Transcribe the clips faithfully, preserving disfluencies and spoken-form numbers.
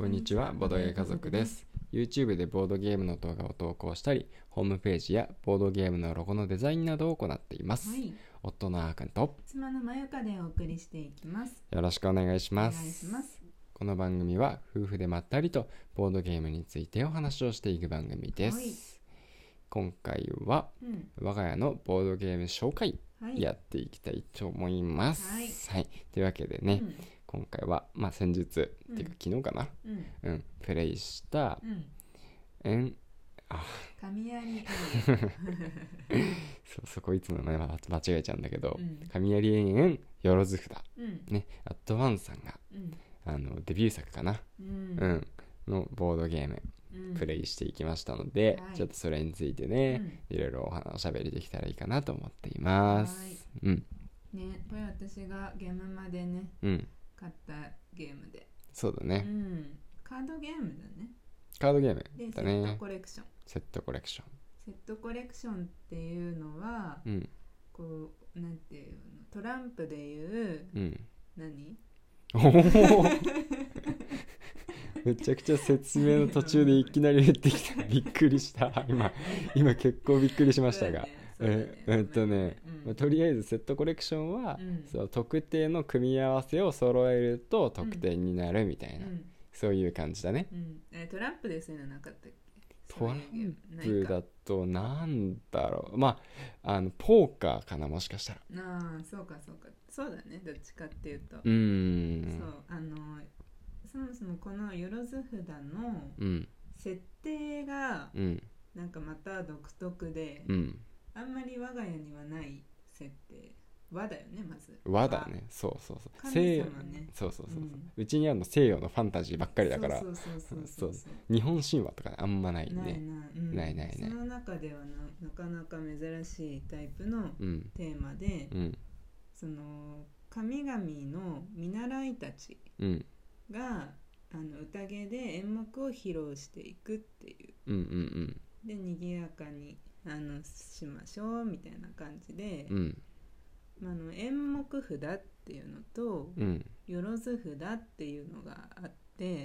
こんにちは、ボードゲー家族です。YouTube でボードゲームの動画を投稿したり、ホームページやボードゲームのロゴのデザインなどを行っています。はい、夫のあーくんと妻のまゆかでお送りしていきます。 よろしくお願いします。 お願いします。 この番組は夫婦でまったりとボードゲームについてお話をしていく番組です。はい、今回は、うん、我が家のボードゲーム紹介、はい、やっていきたいと思います。はい、はい、というわけでね、うん、今回は、まあ、先日、うん、っていうか昨日かな、うんうん、プレイした、うん、えんあ神有エそうそこいつも名前間違えちゃうんだけど、うん、神有エンよろず札、うんね、アットワンさんが、うん、あのデビュー作かな、うんうん、のボードゲーム、うん、プレイしていきましたので、はい、ちょっとそれについてね、うん、いろいろお話おしゃべりできたらいいかなと思っています。はい、うんね、これ私がゲームまでね、うん買ったゲームで、 そうだね、 うん、カードゲームだね。 カードゲームだね。セットコレクションセットコレクションセットコレクションっていうのは、うん、こうなんていうの、トランプでいう、うん、何めちゃくちゃ説明の途中でいきなり言ってきたびっくりした今今結構びっくりしましたが、ええっとね、うんまあ、とりあえずセットコレクションは、うん、そう特定の組み合わせを揃えると得点になるみたいな、うん、そういう感じだね、 うんえー、トランプでそういうのなかったっけ？ トランプだとなんだろう、まああのポーカーかな、もしかしたら。 ああそうかそうか、そうだね、どっちかっていうと、うーん、そうあのそもそもこのよろず札の設定がなんかまた独特で、うん、あんまり我が家にはない設定。和だよね、まず和だね。そうそうそう、 神様ね。 そうそうそうそう、うん、うちにあるの西洋のファンタジーばっかりだから、そうそうそうそうそう、日本神話とかあんまないね。 ないな、うん、ないないない。その中では な, なかなか珍しいタイプのテーマで、うん、その神々の見習いたちが、うん、あの宴で演目を披露していくっていう、うんうんうん、で賑やかにあのしましょうみたいな感じで、うん、あの演目札っていうのと、うん、よろず札っていうのがあって、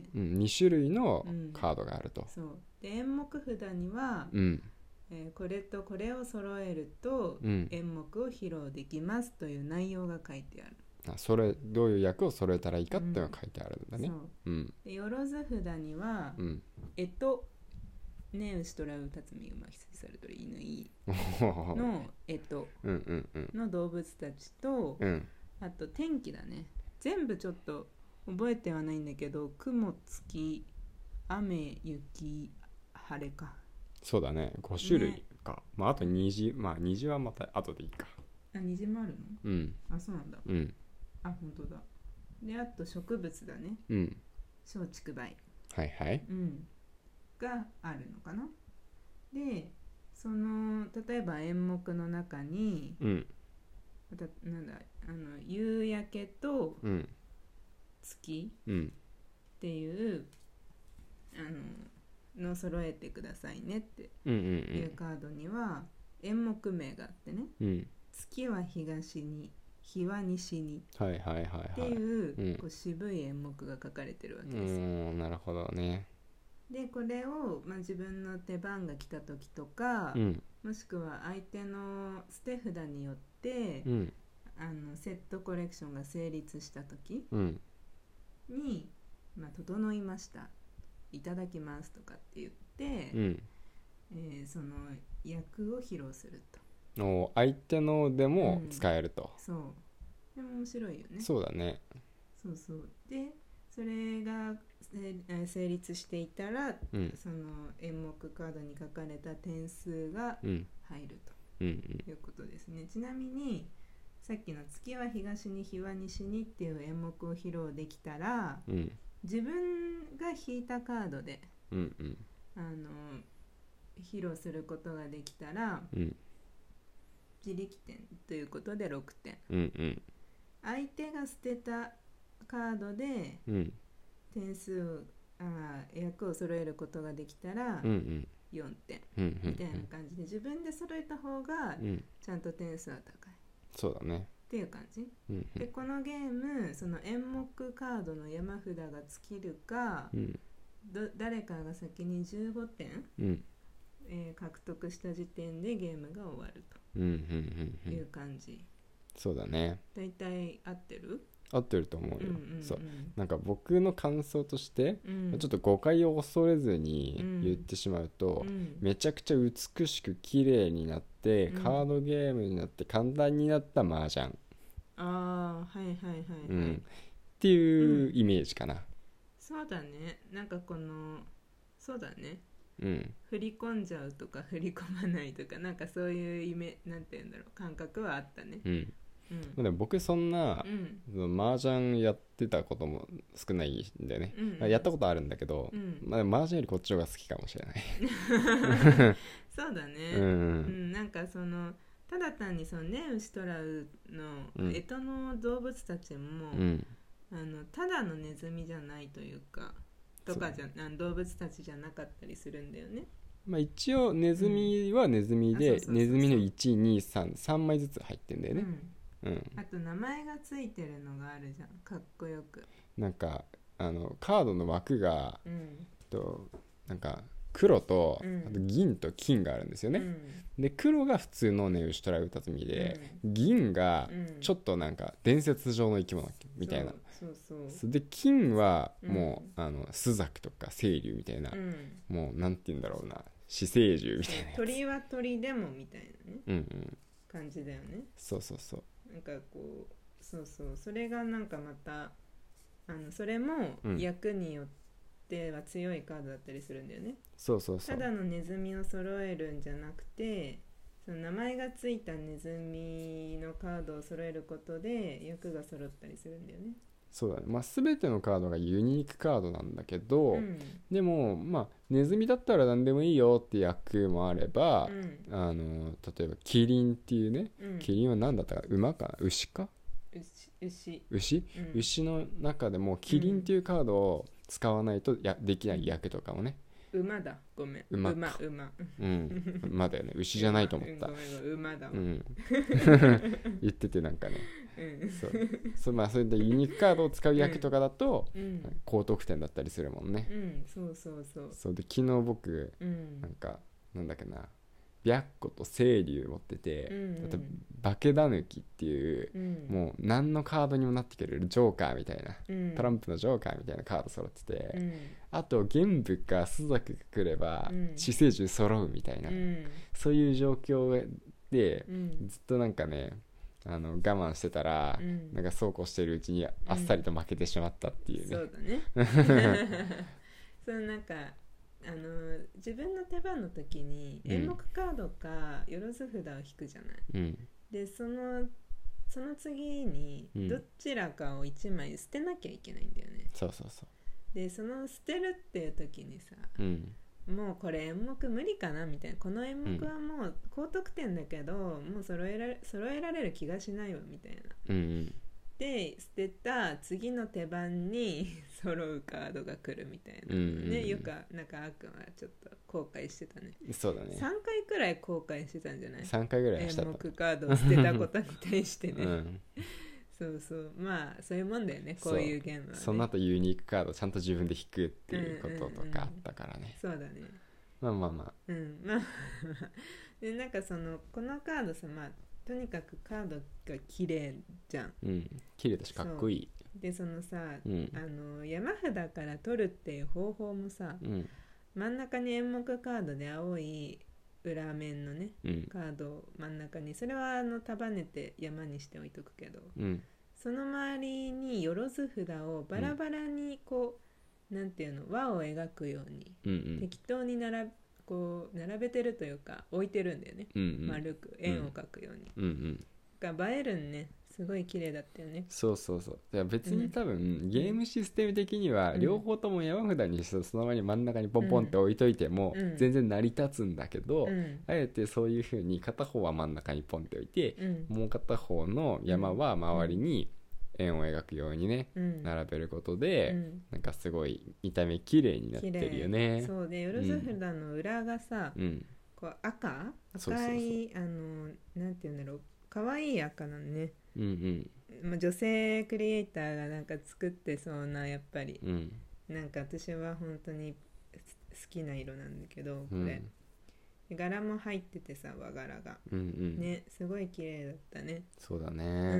うん、に種類のカードがあると、 うん、そうで演目札には、うんえー、これとこれを揃えると、うん、演目を披露できますという内容が書いてある。 あ、それどういう役を揃えたらいいかっていうのが書いてあるんだね、うんそううん、でよろず札には、うん、えとね、牛とらうたつみ馬羊さるとり犬いのえとの動物たちと、うん、あと天気だね。全部ちょっと覚えてはないんだけど、雲月雨雪晴れか。 そうだね、ご種類か、ね、まあ、あと虹、まあ虹はまた後でいいか。 あ、虹もあるの？うん。あ、そうなんだ。うん。あ、本当だ。で、あと植物だね。うん。松竹梅。 はいはい。 うん。があるのかな。で、その例えば演目の中に、うん、またなんだあの夕焼けと月っていう、うん、あのの揃えてくださいねっていうカードには演目名があってね、うん、月は東に日は西にっていう、うん、こう渋い演目が書かれてるわけですよ。うん、なるほどね。 でこれを、まあ、自分の手番が来た時とか、うん、もしくは相手の捨て札によって、うん、あのセットコレクションが成立した時に、うんまあ、整いましたいただきますとかって言って、うんえー、その役を披露すると。お相手のでも使えると、 うん、そうでも面白いよね。 そうだね。 そうそうでそれが成立していたら、うん、その演目カードに書かれた点数が入るということですね、うんうんうん、ちなみにさっきの月は東に日は西にっていう演目を披露できたら、うん、自分が引いたカードで、うんうん、あの披露することができたら、うん、自力点ということでろくてん、うんうん、相手が捨てたカードで、うん点数あ役を揃えることができたらよんてん、うんうん、みたいな感じで自分で揃えた方がちゃんと点数は高い、 うん、そうだね。 っっていう感じ、 うん、 でこのゲームその演目カードの山札が尽きるか、 うん、 ど誰かが先にじゅうごてん、 うんえー、獲得した時点でゲームが終わるという感じ、うんうんうんうん、 そうだね。 だいたい合ってる合ってると思うよ、うんうんうん、そうなんか僕の感想として、 うん、 ちょっと誤解を恐れずに言ってしまうと、うん、めちゃくちゃ美しく綺麗になって、うん、カードゲームになって簡単になった麻雀、 あーはいはいはいはい、 うん、っていうイメージかな、うん、 そうだね。なんかこのそうだね、 うん、 振り込んじゃうとか振り込まないとかなんかそういうイメなんていうんだろう感覚はあったね、 うんうん、でも僕そんな、うん、麻雀やってたことも少ないんだよね、うんうん、やったことあるんだけど、うん、まあ、麻雀よりこっちの方が好きかもしれないそうだね、 うんうんうん、なんかそのただ単にそのネウシトラウの干支の動物たちも、うん、あのただのネズミじゃないというかとかじゃ動物たちじゃなかったりするんだよね。 まあ、一応ネズミはネズミで、うん、ネズミのいち、に、さん、さんまいずつ入ってんだよね、うんうん、 あと名前がついてるのがあるじゃん、かっこよく。 なんかあのカードの枠が、 うん、 となんか黒と、 うん、 あと銀と金があるんですよね、うん、で黒が普通のネウシトラウタズミで、うん、銀がちょっとなんか伝説上の生き物みたいな、 そうそうそうで金はもう、うん、あのスザクとか青龍みたいな、 うん、 もうなんて言うんだろうな、死生獣みたいなやつ、 鳥は鳥でもみたいなね、 うんうん、 感じだよね。 そうそうそう、 なんかこうそうそう、それがなんかまたあのそれも役によっては強いカードだったりするんだよね、うん、 そうそうそう、 ただのネズミを揃えるんじゃなくて、その名前がついたネズミのカードを揃えることで役が揃ったりするんだよね。 そうだね、まあ、全てのカードがユニークカードなんだけど、うん、でも、まあ、ネズミだったら何でもいいよって役もあれば、うん、あの例えばキリンっていうね、うん、キリンは何だったか、馬か牛か牛牛、うん、牛の中でもキリンっていうカードを使わないとやできない役とかもね、 馬だ、ごめん、 馬馬馬うん馬だよね、牛じゃないと思った、 ごめんごめん、馬だわ、 うん、言っててなんかね、うん、そうそう、まあそれでユニークカードを使う役とかだと、うん、高得点だったりするもんね、 うん、そうそうそう、 そうで昨日僕、うん、なんかなんだっけな、白虎と青龍持ってて、うんうん、あと化け狸っていう、うん、もう何のカードにもなってくれるジョーカーみたいな、うん、トランプのジョーカーみたいなカード揃ってて、うん、あと玄武か朱雀が来れば死生獣揃うみたいな、うん、そういう状況で、うん、ずっとなんかねあの我慢してたら、うん、なんかそうこうしてるうちにあっさりと負けてしまったっていうね、 そうだねそのなんかあの自分の手番の時に演目カードかよろず札を引くじゃない、 うん、 でそのその次にどちらかをいちまい捨てなきゃいけないんだよね、 うん、そうそうそう、 でその捨てるっていう時にさ、 うん、 もうこれ演目無理かなみたいな、この演目はもう高得点だけど、うん、もう揃えられ、揃えられる気がしないわみたいな、 うんうん、 で捨てた次の手番に揃うカードが来るみたいな、ね、うんうん、よくなんかあーくんはちょっと後悔してたね。 そうだね、 さんかいくらい後悔してたんじゃない？ さんかいぐらいした演目カードを捨てたことに対してね、うん、そうそう、まあそういうもんだよね、こういうゲームは、ね、 その後ユニークカードちゃんと自分で引くっていうこととかあったからね、 うんうんうん、そうだね、 まあまあまあ、 うんまあでなんかそのこのカードさ、まあとにかくカードが綺麗じゃん、 うん、綺麗だしかっこいい。 でそのさ、 うん、 あの山札から取るっていう方法もさ、 うん、 真ん中に演目カードで青い裏面のね、 うん、 カードを真ん中に、それはあの束ねて山にしておいとくけど、 うん、 その周りによろず札をバラバラにこう、うん、なんていうの、輪を描くように、 うんうん、 適当に並べこう並べてるというか置いてるんだよね、 うんうん、 丸く円を描くように、 うんうん、 が映えるんね、すごい綺麗だったよね。 そうそうそう、いや別に多分、うん、ゲームシステム的には両方とも山札にしてそのままに真ん中にポンポンって置いといても全然成り立つんだけど、うん、あえてそういう風に片方は真ん中にポンって置いて、うん、もう片方の山は周りに円を描くようにね、うん、並べることで、うん、なんかすごい見た目綺麗になってるよね。 そうで、よろず札の裏がさ、うん、こう赤赤い、あのなんていうんだろう、可愛い赤なのね、 うんうんまあ、女性クリエイターがなんか作ってそうなやっぱり、 うん、 なんか私は本当に好きな色なんだけどこれ、 うん、 柄も入っててさ和柄が、 うんうん、 ねすごい綺麗だったね。 そうだね、 うん、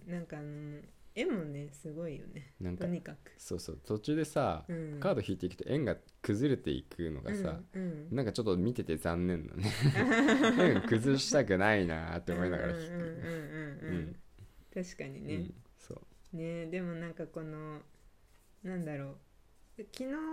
なんかあの絵もねすごいよね。なんかとにかくそうそう途中でさ、うん、カード引いていくと円が崩れていくのがさ、うんうん、なんかちょっと見てて残念だね円崩したくないなって思いながら引く。 確かにね、うん、そうね。でもなんかこのなんだろう昨日、うん、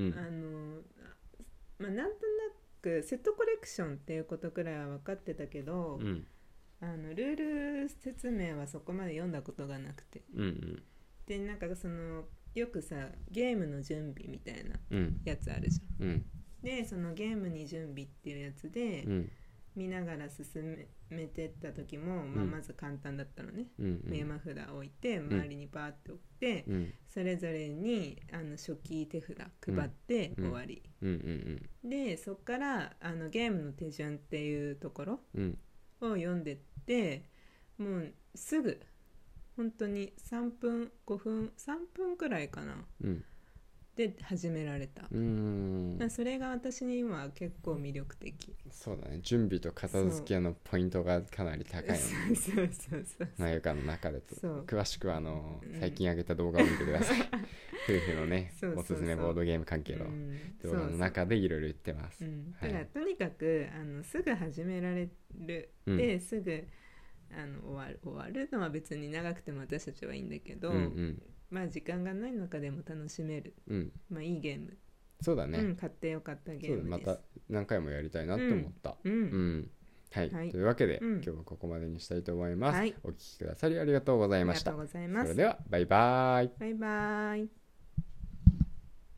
あのまあなんとなくセットコレクションっていうことくらいは分かってたけど、うん、あのルール説明はそこまで読んだことがなくて、うんうん、でなんかそのよくさゲームの準備みたいなやつあるじゃん、うん、でそのゲームに準備っていうやつで、うん、見ながら進めてった時も、まあ、まず簡単だったのね、うんうん、山札置いて周りにバーって置いて、うん、それぞれにあの初期手札配って終わり、うんうんうん、でそっからあのゲームの手順っていうところを読んでって、もうすぐ本当にさんぷんごふんさんぷんくらいかな、うん、で始められた。うん、それが私に今結構魅力的。 そうだね、準備と片付けのポイントがかなり高いので、そうそうそうそうマユカの中でと詳しくはあの、うん、最近上げた動画を見てください夫婦のねそうそうそうおすすめボードゲーム関係の動画の中でいろいろ言ってます。 だからとにかくあのすぐ始められる、うん、ですぐあの終わる終わるのは別に長くても私たちはいいんだけど、うんうん、まあ時間がない中でも楽しめる、うん、まあいいゲーム。 そうだね、うん、 買ってよかったゲームです。 また何回もやりたいなと思った、うんうんうん、はい、はい、というわけで、うん、今日はここまでにしたいと思います、はい、お聞きくださりありがとうございました。ありがとうございます。それではバイバイ。 バイバイ。